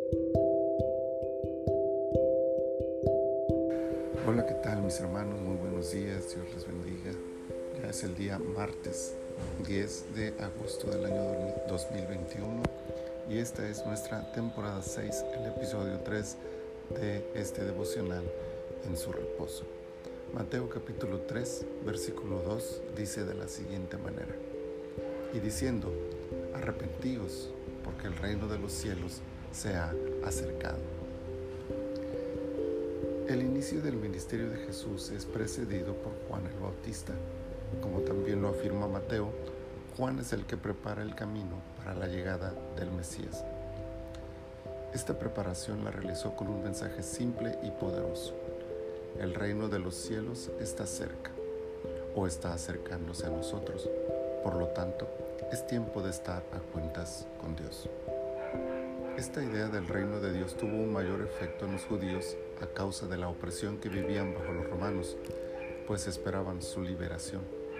Hola, ¿qué tal mis hermanos? Muy buenos días, Dios les bendiga. Ya es el día martes 10 de agosto del año 2021 y esta es nuestra temporada 6, el episodio 3 de este devocional en su reposo. Mateo capítulo 3, versículo 2 dice de la siguiente manera: y diciendo, arrepentíos, porque el reino de los cielos se ha acercado. El inicio del ministerio de Jesús es precedido por Juan el Bautista. Como también lo afirma Mateo, Juan es el que prepara el camino para la llegada del Mesías. Esta preparación la realizó con un mensaje simple y poderoso. El reino de los cielos está cerca, o está acercándose a nosotros. Por lo tanto, es tiempo de estar a cuentas con Dios. Esta idea del reino de Dios tuvo un mayor efecto en los judíos a causa de la opresión que vivían bajo los romanos, pues esperaban su liberación.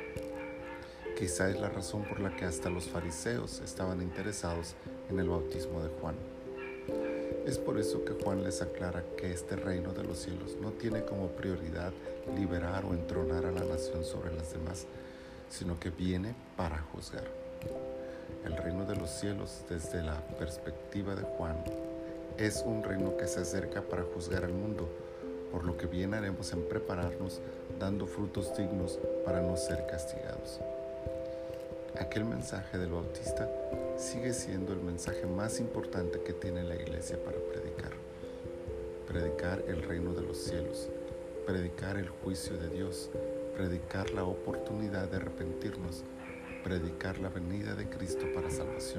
Quizá es la razón por la que hasta los fariseos estaban interesados en el bautismo de Juan. Es por eso que Juan les aclara que este reino de los cielos no tiene como prioridad liberar o entronar a la nación sobre las demás, sino que viene para juzgar. El reino de los cielos, desde la perspectiva de Juan, es un reino que se acerca para juzgar al mundo, por lo que bien haremos en prepararnos, dando frutos dignos para no ser castigados. Aquel mensaje del Bautista sigue siendo el mensaje más importante que tiene la Iglesia para predicar. Predicar el reino de los cielos, predicar el juicio de Dios, predicar la oportunidad de arrepentirnos, predicar la venida de Cristo para salvación.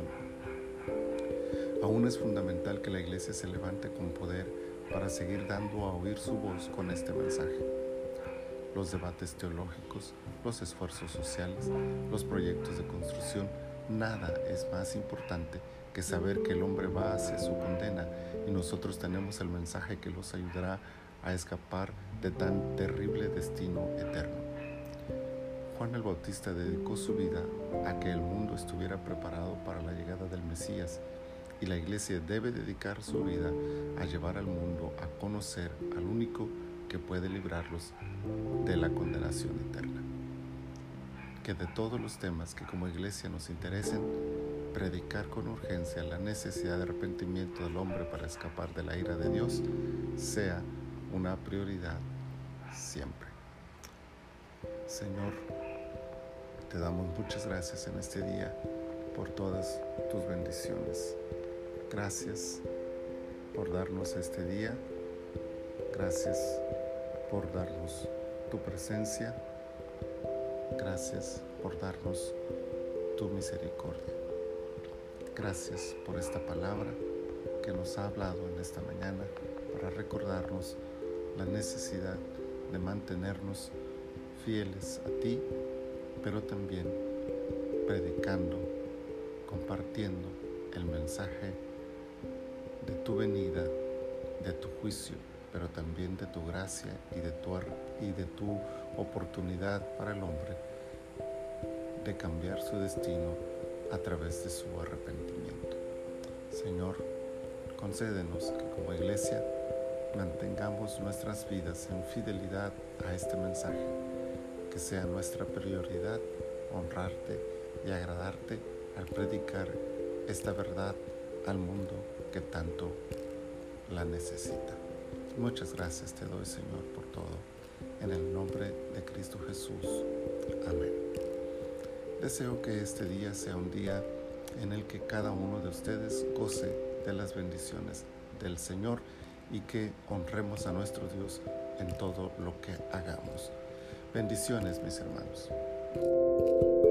Aún es fundamental que la Iglesia se levante con poder para seguir dando a oír su voz con este mensaje. Los debates teológicos, los esfuerzos sociales, los proyectos de construcción, nada es más importante que saber que el hombre va hacia su condena y nosotros tenemos el mensaje que los ayudará a escapar de tan terrible destino eterno. Juan el Bautista dedicó su vida a que el mundo estuviera preparado para la llegada del Mesías, y la Iglesia debe dedicar su vida a llevar al mundo a conocer al único que puede librarlos de la condenación eterna. Que de todos los temas que como Iglesia nos interesen, predicar con urgencia la necesidad de arrepentimiento del hombre para escapar de la ira de Dios sea una prioridad siempre. Señor, te damos muchas gracias en este día por todas tus bendiciones. Gracias por darnos este día. Gracias por darnos tu presencia. Gracias por darnos tu misericordia. Gracias por esta palabra que nos ha hablado en esta mañana para recordarnos la necesidad de mantenernos fieles a ti, pero también predicando, compartiendo el mensaje de tu venida, de tu juicio, pero también de tu gracia y de tu oportunidad para el hombre de cambiar su destino a través de su arrepentimiento. Señor, concédenos que como Iglesia mantengamos nuestras vidas en fidelidad a este mensaje, que sea nuestra prioridad honrarte y agradarte al predicar esta verdad al mundo que tanto la necesita. Muchas gracias te doy, Señor, por todo. En el nombre de Cristo Jesús. Amén. Deseo que este día sea un día en el que cada uno de ustedes goce de las bendiciones del Señor y que honremos a nuestro Dios en todo lo que hagamos. Bendiciones, mis hermanos.